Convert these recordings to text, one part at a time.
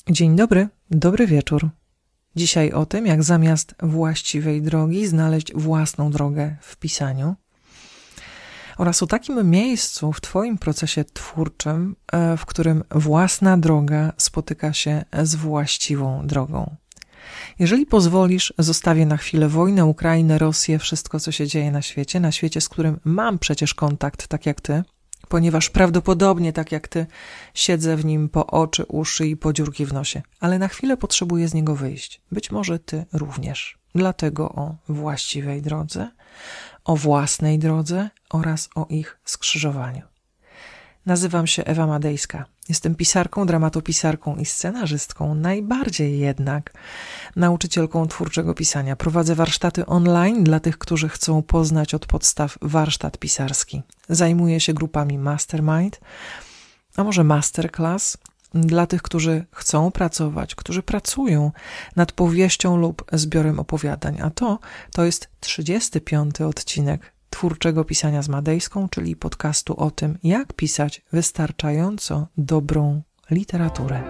Dzień dobry, dobry wieczór. Dzisiaj o tym, jak zamiast właściwej drogi znaleźć własną drogę w pisaniu oraz o takim miejscu w Twoim procesie twórczym, w którym własna droga spotyka się z właściwą drogą. Jeżeli pozwolisz, zostawię na chwilę wojnę, Ukrainę, Rosję, wszystko co się dzieje na świecie, z którym mam przecież kontakt, tak jak Ty, ponieważ prawdopodobnie tak jak Ty siedzę w nim po oczy, uszy i po dziurki w nosie, ale na chwilę potrzebuję z niego wyjść. Być może Ty również. Dlatego o właściwej drodze, o własnej drodze oraz o ich skrzyżowaniu. Nazywam się Ewa Madejska. Jestem pisarką, dramatopisarką i scenarzystką, najbardziej jednak nauczycielką twórczego pisania. Prowadzę warsztaty online dla tych, którzy chcą poznać od podstaw warsztat pisarski. Zajmuję się grupami mastermind, a może masterclass, dla tych, którzy chcą pracować, którzy pracują nad powieścią lub zbiorem opowiadań. A to jest 35. odcinek twórczego pisania z Madejską, czyli podcastu o tym, jak pisać wystarczająco dobrą literaturę.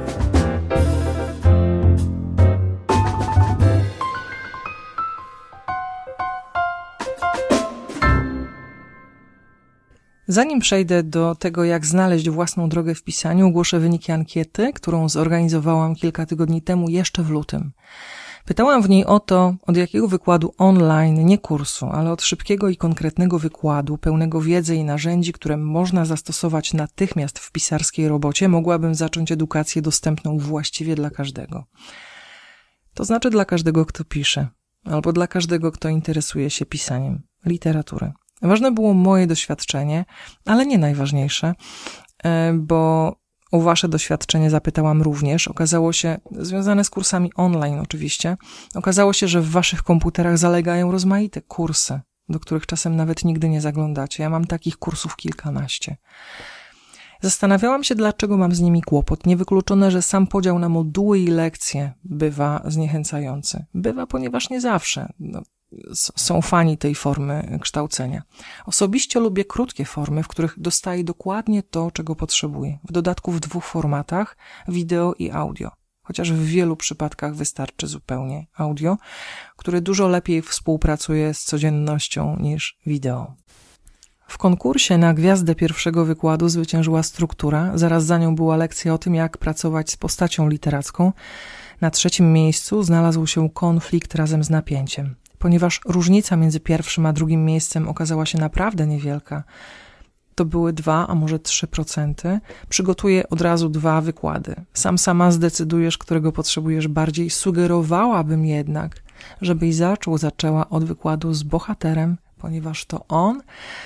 Zanim przejdę do tego, jak znaleźć własną drogę w pisaniu, ogłoszę wyniki ankiety, którą zorganizowałam kilka tygodni temu, jeszcze w lutym. Pytałam w niej o to, od jakiego wykładu online, nie kursu, ale od szybkiego i konkretnego wykładu, pełnego wiedzy i narzędzi, które można zastosować natychmiast w pisarskiej robocie, mogłabym zacząć edukację dostępną właściwie dla każdego. To znaczy dla każdego, kto pisze, albo dla każdego, kto interesuje się pisaniem literatury. Ważne było moje doświadczenie, ale nie najważniejsze, bo o wasze doświadczenie zapytałam również. Okazało się, związane z kursami online oczywiście, okazało się, że w waszych komputerach zalegają rozmaite kursy, do których czasem nawet nigdy nie zaglądacie. Ja mam takich kursów kilkanaście. Zastanawiałam się, dlaczego mam z nimi kłopot. Niewykluczone, że sam podział na moduły i lekcje bywa zniechęcający. Bywa, ponieważ nie zawsze są fani tej formy kształcenia. Osobiście lubię krótkie formy, w których dostaję dokładnie to, czego potrzebuję. W dodatku w 2 formatach, wideo i audio. Chociaż w wielu przypadkach wystarczy zupełnie audio, które dużo lepiej współpracuje z codziennością niż wideo. W konkursie na gwiazdę pierwszego wykładu zwyciężyła struktura, zaraz za nią była lekcja o tym, jak pracować z postacią literacką. Na 3. miejscu znalazł się konflikt razem z napięciem. Ponieważ różnica między pierwszym a drugim miejscem okazała się naprawdę niewielka, to były 2, a może 3%, przygotuję od razu 2 wykłady. Sama zdecydujesz, którego potrzebujesz bardziej. Sugerowałabym jednak, żebyś zaczęła od wykładu z bohaterem, ponieważ to on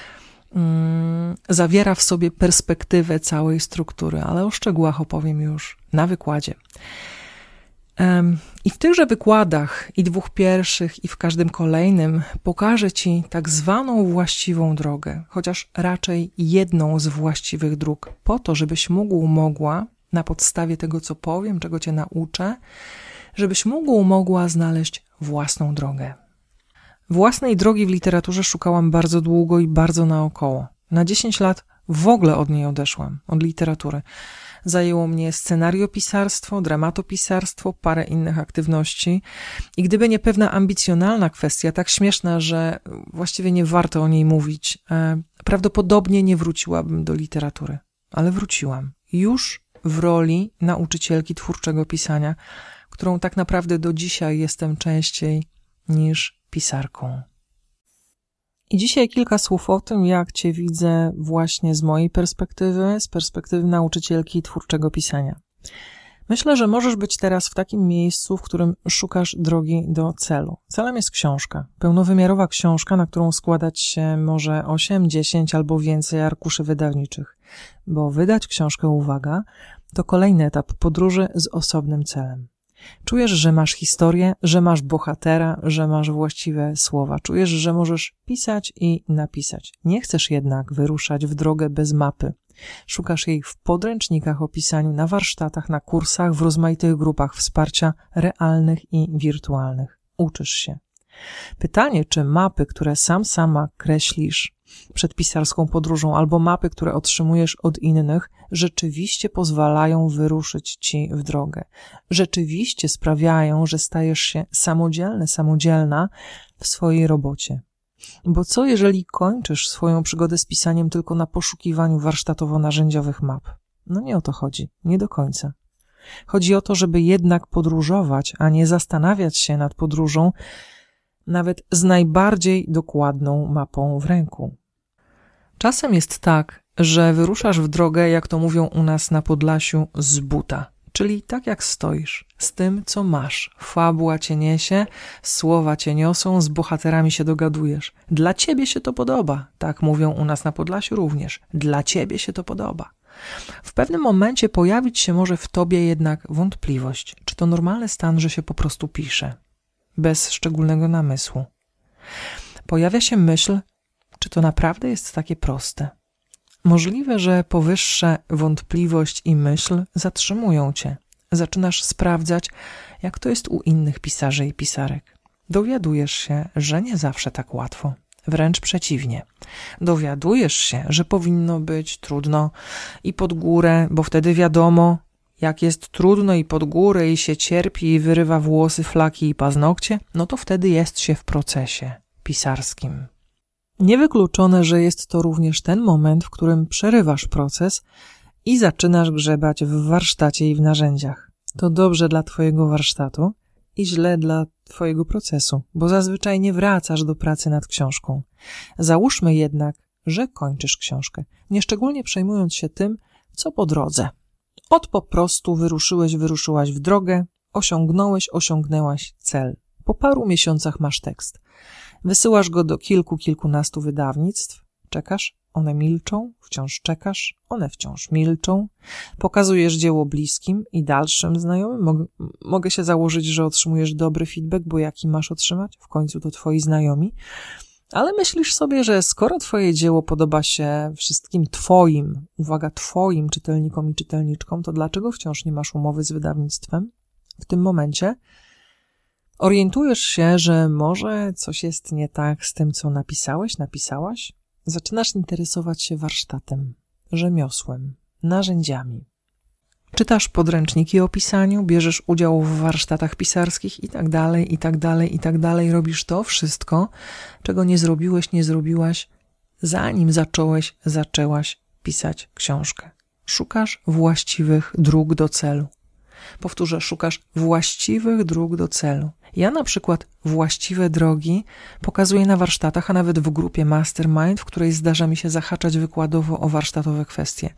zawiera w sobie perspektywę całej struktury, ale o szczegółach opowiem już na wykładzie. I w tychże wykładach, i 2 pierwszych, i w każdym kolejnym, pokażę Ci tak zwaną właściwą drogę, chociaż raczej jedną z właściwych dróg, po to, żebyś mogła na podstawie tego, co powiem, czego Cię nauczę, żebyś mogła znaleźć własną drogę. Własnej drogi w literaturze szukałam bardzo długo i bardzo naokoło. Na 10 lat w ogóle od niej odeszłam, od literatury. Zajęło mnie scenariopisarstwo, dramatopisarstwo, parę innych aktywności i gdyby nie pewna ambicjonalna kwestia, tak śmieszna, że właściwie nie warto o niej mówić, prawdopodobnie nie wróciłabym do literatury. Ale wróciłam. Już w roli nauczycielki twórczego pisania, którą tak naprawdę do dzisiaj jestem częściej niż pisarką. I dzisiaj kilka słów o tym, jak Cię widzę właśnie z mojej perspektywy, z perspektywy nauczycielki twórczego pisania. Myślę, że możesz być teraz w takim miejscu, w którym szukasz drogi do celu. Celem jest książka, pełnowymiarowa książka, na którą składać się może 8, 10 albo więcej arkuszy wydawniczych. Bo wydać książkę, uwaga, to kolejny etap podróży z osobnym celem. Czujesz, że masz historię, że masz bohatera, że masz właściwe słowa. Czujesz, że możesz pisać i napisać. Nie chcesz jednak wyruszać w drogę bez mapy. Szukasz jej w podręcznikach o pisaniu, na warsztatach, na kursach, w rozmaitych grupach wsparcia realnych i wirtualnych. Uczysz się. Pytanie, czy mapy, które sama kreślisz przed pisarską podróżą, albo mapy, które otrzymujesz od innych, rzeczywiście pozwalają wyruszyć ci w drogę. Rzeczywiście sprawiają, że stajesz się samodzielna w swojej robocie. Bo co jeżeli kończysz swoją przygodę z pisaniem tylko na poszukiwaniu warsztatowo-narzędziowych map? No nie o to chodzi, nie do końca. Chodzi o to, żeby jednak podróżować, a nie zastanawiać się nad podróżą nawet z najbardziej dokładną mapą w ręku. Czasem jest tak, że wyruszasz w drogę, jak to mówią u nas na Podlasiu, z buta. Czyli tak jak stoisz, z tym co masz. Fabuła cię niesie, słowa cię niosą, z bohaterami się dogadujesz. Dla ciebie się to podoba, tak mówią u nas na Podlasiu również. Dla ciebie się to podoba. W pewnym momencie pojawić się może w tobie jednak wątpliwość, czy to normalny stan, że się po prostu pisze, bez szczególnego namysłu. Pojawia się myśl, czy to naprawdę jest takie proste. Możliwe, że powyższe wątpliwość i myśl zatrzymują cię. Zaczynasz sprawdzać, jak to jest u innych pisarzy i pisarek. Dowiadujesz się, że nie zawsze tak łatwo. Wręcz przeciwnie. Dowiadujesz się, że powinno być trudno i pod górę, bo wtedy wiadomo, jak jest trudno i pod górę i się cierpi i wyrywa włosy, flaki i paznokcie, no to wtedy jest się w procesie pisarskim. Niewykluczone, że jest to również ten moment, w którym przerywasz proces i zaczynasz grzebać w warsztacie i w narzędziach. To dobrze dla twojego warsztatu i źle dla twojego procesu, bo zazwyczaj nie wracasz do pracy nad książką. Załóżmy jednak, że kończysz książkę, nieszczególnie przejmując się tym, co po drodze. Po prostu wyruszyłaś w drogę, osiągnęłaś cel. Po paru miesiącach masz tekst. Wysyłasz go do kilkunastu wydawnictw, czekasz, one milczą, wciąż czekasz, one wciąż milczą. Pokazujesz dzieło bliskim i dalszym znajomym. Mogę się założyć, że otrzymujesz dobry feedback, bo jaki masz otrzymać? W końcu to twoi znajomi. Ale myślisz sobie, że skoro twoje dzieło podoba się wszystkim twoim czytelnikom i czytelniczkom, to dlaczego wciąż nie masz umowy z wydawnictwem? W tym momencie orientujesz się, że może coś jest nie tak z tym, co napisałaś. Zaczynasz interesować się warsztatem, rzemiosłem, narzędziami. Czytasz podręczniki o pisaniu, bierzesz udział w warsztatach pisarskich i tak dalej. Robisz to wszystko, czego nie zrobiłaś, zanim zaczęłaś pisać książkę. Szukasz właściwych dróg do celu. Powtórzę, szukasz właściwych dróg do celu. Ja na przykład właściwe drogi pokazuję na warsztatach, a nawet w grupie Mastermind, w której zdarza mi się zahaczać wykładowo o warsztatowe kwestie.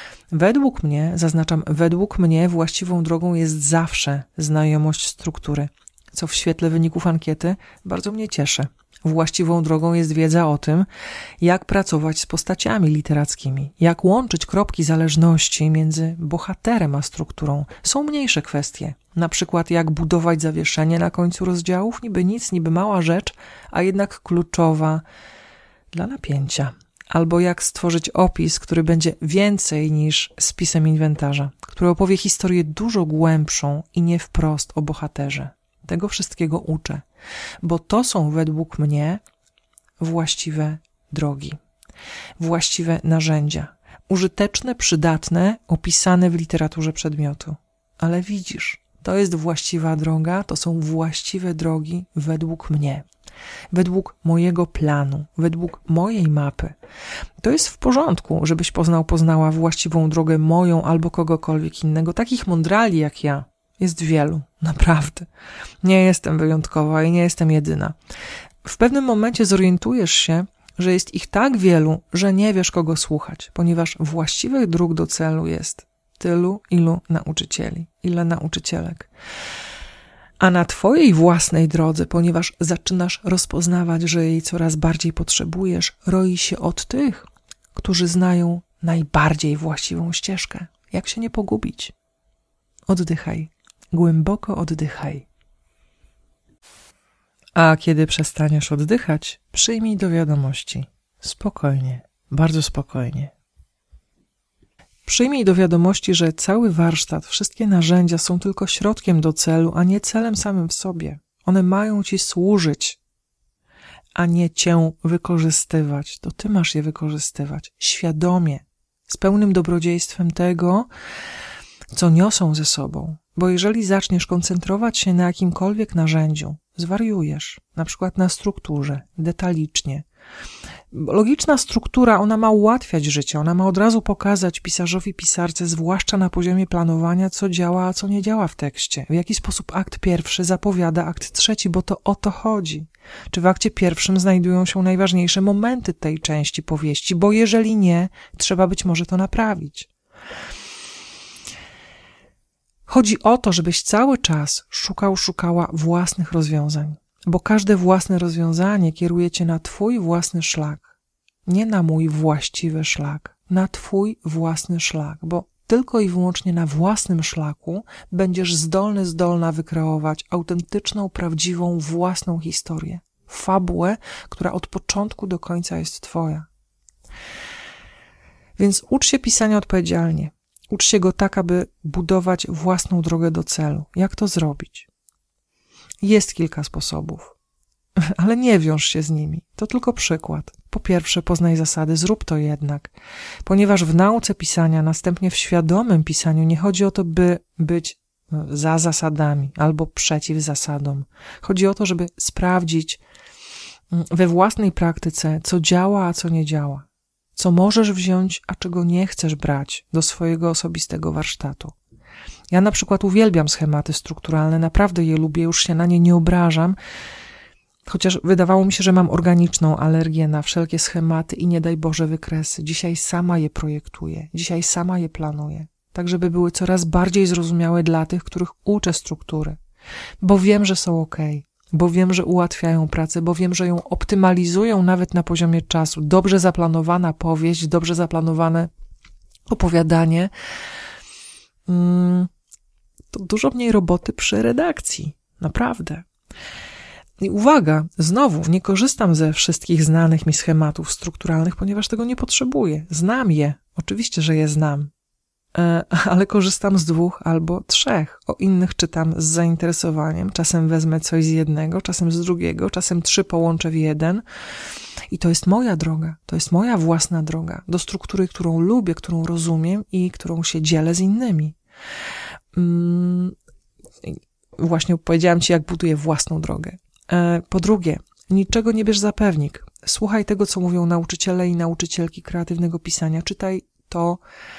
Według mnie właściwą drogą jest zawsze znajomość struktury, co w świetle wyników ankiety bardzo mnie cieszy. Właściwą drogą jest wiedza o tym, jak pracować z postaciami literackimi, jak łączyć kropki zależności między bohaterem a strukturą. Są mniejsze kwestie, na przykład jak budować zawieszenie na końcu rozdziałów, niby nic, niby mała rzecz, a jednak kluczowa dla napięcia. Albo jak stworzyć opis, który będzie więcej niż spisem inwentarza, który opowie historię dużo głębszą i nie wprost o bohaterze. Tego wszystkiego uczę, bo to są według mnie właściwe drogi, właściwe narzędzia, użyteczne, przydatne, opisane w literaturze przedmiotu. Ale widzisz, to jest właściwa droga, to są właściwe drogi według mnie, według mojego planu, według mojej mapy. To jest w porządku, żebyś poznała właściwą drogę moją albo kogokolwiek innego. Takich mądrali jak ja jest wielu, naprawdę. Nie jestem wyjątkowa i nie jestem jedyna. W pewnym momencie zorientujesz się, że jest ich tak wielu, że nie wiesz, kogo słuchać, ponieważ właściwych dróg do celu jest tylu, ilu nauczycieli, ile nauczycielek. A na twojej własnej drodze, ponieważ zaczynasz rozpoznawać, że jej coraz bardziej potrzebujesz, roi się od tych, którzy znają najbardziej właściwą ścieżkę. Jak się nie pogubić? Oddychaj. Głęboko oddychaj. A kiedy przestaniesz oddychać, przyjmij do wiadomości. Spokojnie, bardzo spokojnie. Przyjmij do wiadomości, że cały warsztat, wszystkie narzędzia są tylko środkiem do celu, a nie celem samym w sobie. One mają ci służyć a nie cię wykorzystywać. To ty masz je wykorzystywać świadomie, z pełnym dobrodziejstwem tego, co niosą ze sobą. Bo jeżeli zaczniesz koncentrować się na jakimkolwiek narzędziu, zwariujesz, na przykład na strukturze, detalicznie. Logiczna struktura, ona ma ułatwiać życie, ona ma od razu pokazać pisarzowi, pisarce, zwłaszcza na poziomie planowania, co działa, a co nie działa w tekście. W jaki sposób akt pierwszy zapowiada akt trzeci, bo to o to chodzi. Czy w akcie pierwszym znajdują się najważniejsze momenty tej części powieści, bo jeżeli nie, trzeba być może to naprawić. Chodzi o to, żebyś cały czas szukała własnych rozwiązań, bo każde własne rozwiązanie kieruje cię na twój własny szlak. Nie na mój właściwy szlak, na twój własny szlak, bo tylko i wyłącznie na własnym szlaku będziesz zdolna wykreować autentyczną, prawdziwą, własną historię. Fabułę, która od początku do końca jest twoja. Więc ucz się pisania odpowiedzialnie. Ucz się go tak, aby budować własną drogę do celu. Jak to zrobić? Jest kilka sposobów, ale nie wiąż się z nimi. To tylko przykład. Po pierwsze, poznaj zasady, zrób to jednak. Ponieważ w nauce pisania, następnie w świadomym pisaniu nie chodzi o to, by być za zasadami albo przeciw zasadom. Chodzi o to, żeby sprawdzić we własnej praktyce, co działa, a co nie działa. Co możesz wziąć, a czego nie chcesz brać do swojego osobistego warsztatu. Ja na przykład uwielbiam schematy strukturalne, naprawdę je lubię, już się na nie nie obrażam, chociaż wydawało mi się, że mam organiczną alergię na wszelkie schematy i nie daj Boże wykresy. Dzisiaj sama je projektuję, dzisiaj sama je planuję, tak żeby były coraz bardziej zrozumiałe dla tych, których uczę struktury, bo wiem, że są okej. Bo wiem, że ułatwiają pracę, bo wiem, że ją optymalizują nawet na poziomie czasu. Dobrze zaplanowana powieść, dobrze zaplanowane opowiadanie, to dużo mniej roboty przy redakcji. Naprawdę. I uwaga, znowu, nie korzystam ze wszystkich znanych mi schematów strukturalnych, ponieważ tego nie potrzebuję. Znam je. Oczywiście, że je znam. Ale korzystam z 2 albo 3. O innych czytam z zainteresowaniem. Czasem wezmę coś z jednego, czasem z drugiego, czasem 3 połączę w jeden. I to jest moja droga, to jest moja własna droga do struktury, którą lubię, którą rozumiem i którą się dzielę z innymi. Właśnie powiedziałam ci, jak buduję własną drogę. Po drugie, niczego nie bierz za pewnik. Słuchaj tego, co mówią nauczyciele i nauczycielki kreatywnego pisania. Czytaj to,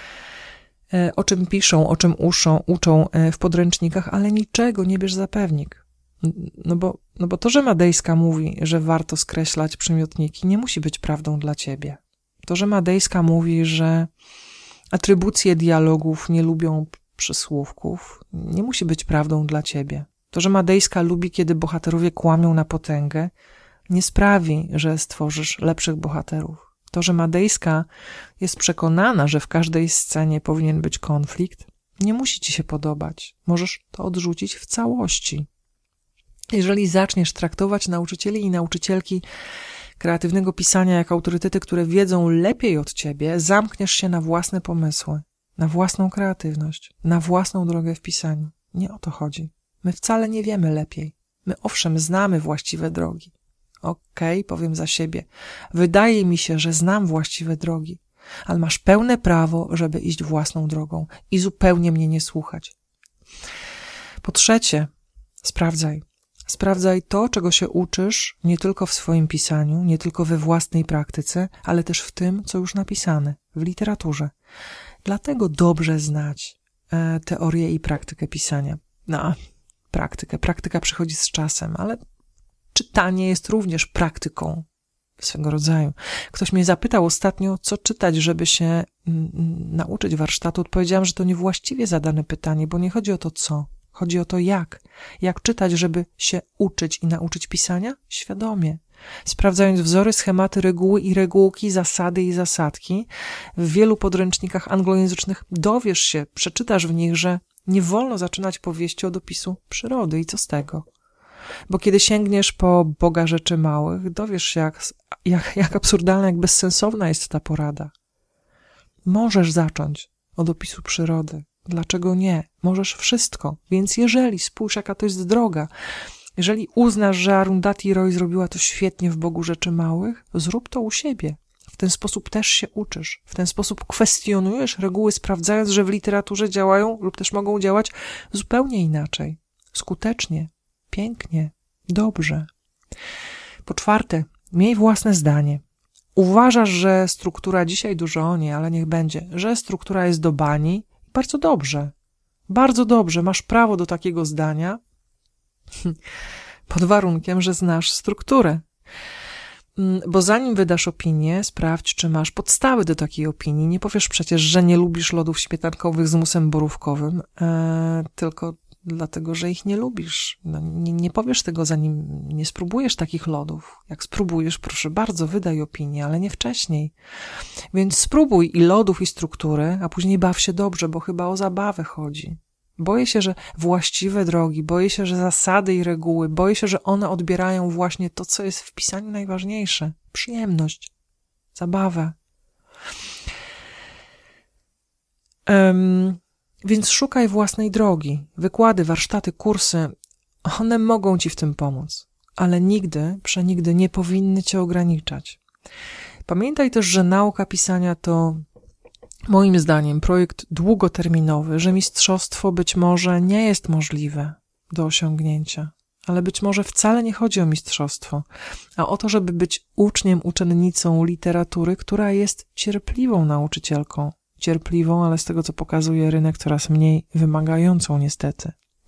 o czym piszą, o czym uczą w podręcznikach, ale niczego nie bierz za pewnik. No bo to, że Madejska mówi, że warto skreślać przymiotniki, nie musi być prawdą dla ciebie. To, że Madejska mówi, że atrybucje dialogów nie lubią przysłówków, nie musi być prawdą dla ciebie. To, że Madejska lubi, kiedy bohaterowie kłamią na potęgę, nie sprawi, że stworzysz lepszych bohaterów. To, że Madejska jest przekonana, że w każdej scenie powinien być konflikt, nie musi ci się podobać. Możesz to odrzucić w całości. Jeżeli zaczniesz traktować nauczycieli i nauczycielki kreatywnego pisania jak autorytety, które wiedzą lepiej od ciebie, zamkniesz się na własne pomysły, na własną kreatywność, na własną drogę w pisaniu. Nie o to chodzi. My wcale nie wiemy lepiej. My owszem znamy właściwe drogi. Okej, powiem za siebie. Wydaje mi się, że znam właściwe drogi, ale masz pełne prawo, żeby iść własną drogą i zupełnie mnie nie słuchać. Po trzecie, sprawdzaj. Sprawdzaj to, czego się uczysz, nie tylko w swoim pisaniu, nie tylko we własnej praktyce, ale też w tym, co już napisane, w literaturze. Dlatego dobrze znać teorię i praktykę pisania. Praktyka przychodzi z czasem, ale czytanie jest również praktyką swego rodzaju. Ktoś mnie zapytał ostatnio, co czytać, żeby się nauczyć warsztatu. Odpowiedziałam, że to niewłaściwie zadane pytanie, bo nie chodzi o to co. Chodzi o to jak. Jak czytać, żeby się uczyć i nauczyć pisania? Świadomie. Sprawdzając wzory, schematy, reguły i regułki, zasady i zasadki. W wielu podręcznikach anglojęzycznych dowiesz się, przeczytasz w nich, że nie wolno zaczynać powieści od opisu przyrody. I co z tego? Bo kiedy sięgniesz po Boga rzeczy małych, dowiesz się, jak absurdalna, jak bezsensowna jest ta porada. Możesz zacząć od opisu przyrody. Dlaczego nie? Możesz wszystko. Więc jeżeli spójrz, jaka to jest droga. Jeżeli uznasz, że Arundhati Roy zrobiła to świetnie w Bogu Rzeczy Małych, zrób to u siebie. W ten sposób też się uczysz. W ten sposób kwestionujesz reguły, sprawdzając, że w literaturze działają lub też mogą działać zupełnie inaczej. Skutecznie, pięknie, dobrze. Po czwarte, miej własne zdanie. Uważasz, że struktura, dzisiaj dużo o niej, ale niech będzie, że struktura jest do bani. Bardzo dobrze. Bardzo dobrze. Masz prawo do takiego zdania pod warunkiem, że znasz strukturę. Bo zanim wydasz opinię, sprawdź, czy masz podstawy do takiej opinii. Nie powiesz przecież, że nie lubisz lodów śmietankowych z musem borówkowym, tylko dlatego, że ich nie lubisz. No, nie powiesz tego, zanim nie spróbujesz takich lodów. Jak spróbujesz, proszę bardzo, wydaj opinię, ale nie wcześniej. Więc spróbuj i lodów, i struktury, a później baw się dobrze, bo chyba o zabawę chodzi. Boję się, że właściwe drogi, boję się, że zasady i reguły, boję się, że one odbierają właśnie to, co jest w pisaniu najważniejsze. Przyjemność, zabawę. Więc szukaj własnej drogi. Wykłady, warsztaty, kursy, one mogą ci w tym pomóc, ale nigdy, przenigdy nie powinny cię ograniczać. Pamiętaj też, że nauka pisania to moim zdaniem projekt długoterminowy, że mistrzostwo być może nie jest możliwe do osiągnięcia, ale być może wcale nie chodzi o mistrzostwo, a o to, żeby być uczniem, uczennicą literatury, która jest cierpliwą nauczycielką. Cierpliwą, ale z tego, co pokazuje rynek, coraz mniej wymagającą niestety.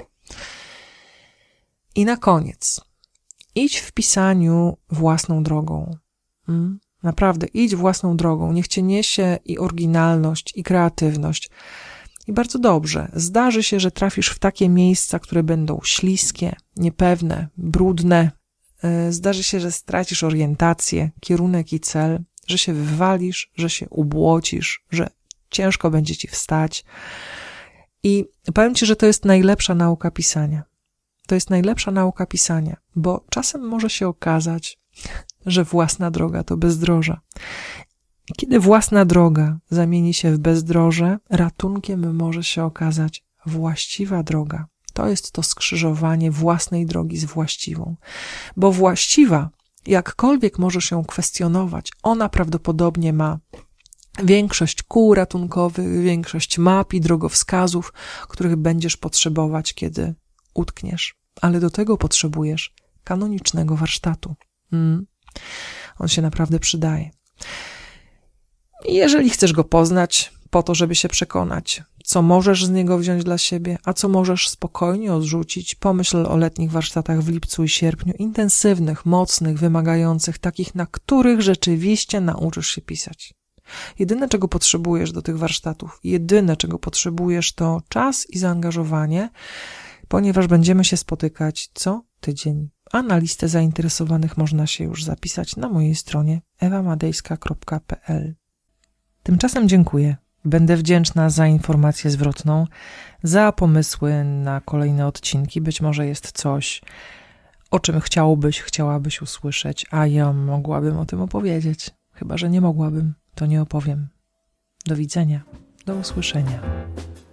I na koniec. Idź w pisaniu własną drogą. Naprawdę, idź własną drogą. Niech cię niesie i oryginalność, i kreatywność. I bardzo dobrze. Zdarzy się, że trafisz w takie miejsca, które będą śliskie, niepewne, brudne. Zdarzy się, że stracisz orientację, kierunek i cel, że się wywalisz, że się ubłocisz, że ciężko będzie ci wstać. I powiem ci, że to jest najlepsza nauka pisania. To jest najlepsza nauka pisania, bo czasem może się okazać, że własna droga to bezdroża. I kiedy własna droga zamieni się w bezdroże, ratunkiem może się okazać właściwa droga. To jest to skrzyżowanie własnej drogi z właściwą. Bo właściwa, jakkolwiek możesz ją kwestionować, ona prawdopodobnie ma większość kół ratunkowych, większość map i drogowskazów, których będziesz potrzebować, kiedy utkniesz. Ale do tego potrzebujesz kanonicznego warsztatu. On się naprawdę przydaje. I jeżeli chcesz go poznać, po to, żeby się przekonać, co możesz z niego wziąć dla siebie, a co możesz spokojnie odrzucić, pomyśl o letnich warsztatach w lipcu i sierpniu, intensywnych, mocnych, wymagających, takich, na których rzeczywiście nauczysz się pisać. Jedyne, czego potrzebujesz do tych warsztatów, jedyne, czego potrzebujesz, to czas i zaangażowanie, ponieważ będziemy się spotykać co tydzień, a na listę zainteresowanych można się już zapisać na mojej stronie ewamadejska.pl. Tymczasem dziękuję. Będę wdzięczna za informację zwrotną, za pomysły na kolejne odcinki. Być może jest coś, o czym chciałabyś usłyszeć, a ja mogłabym o tym opowiedzieć. Chyba że nie mogłabym, to nie opowiem. Do widzenia, do usłyszenia.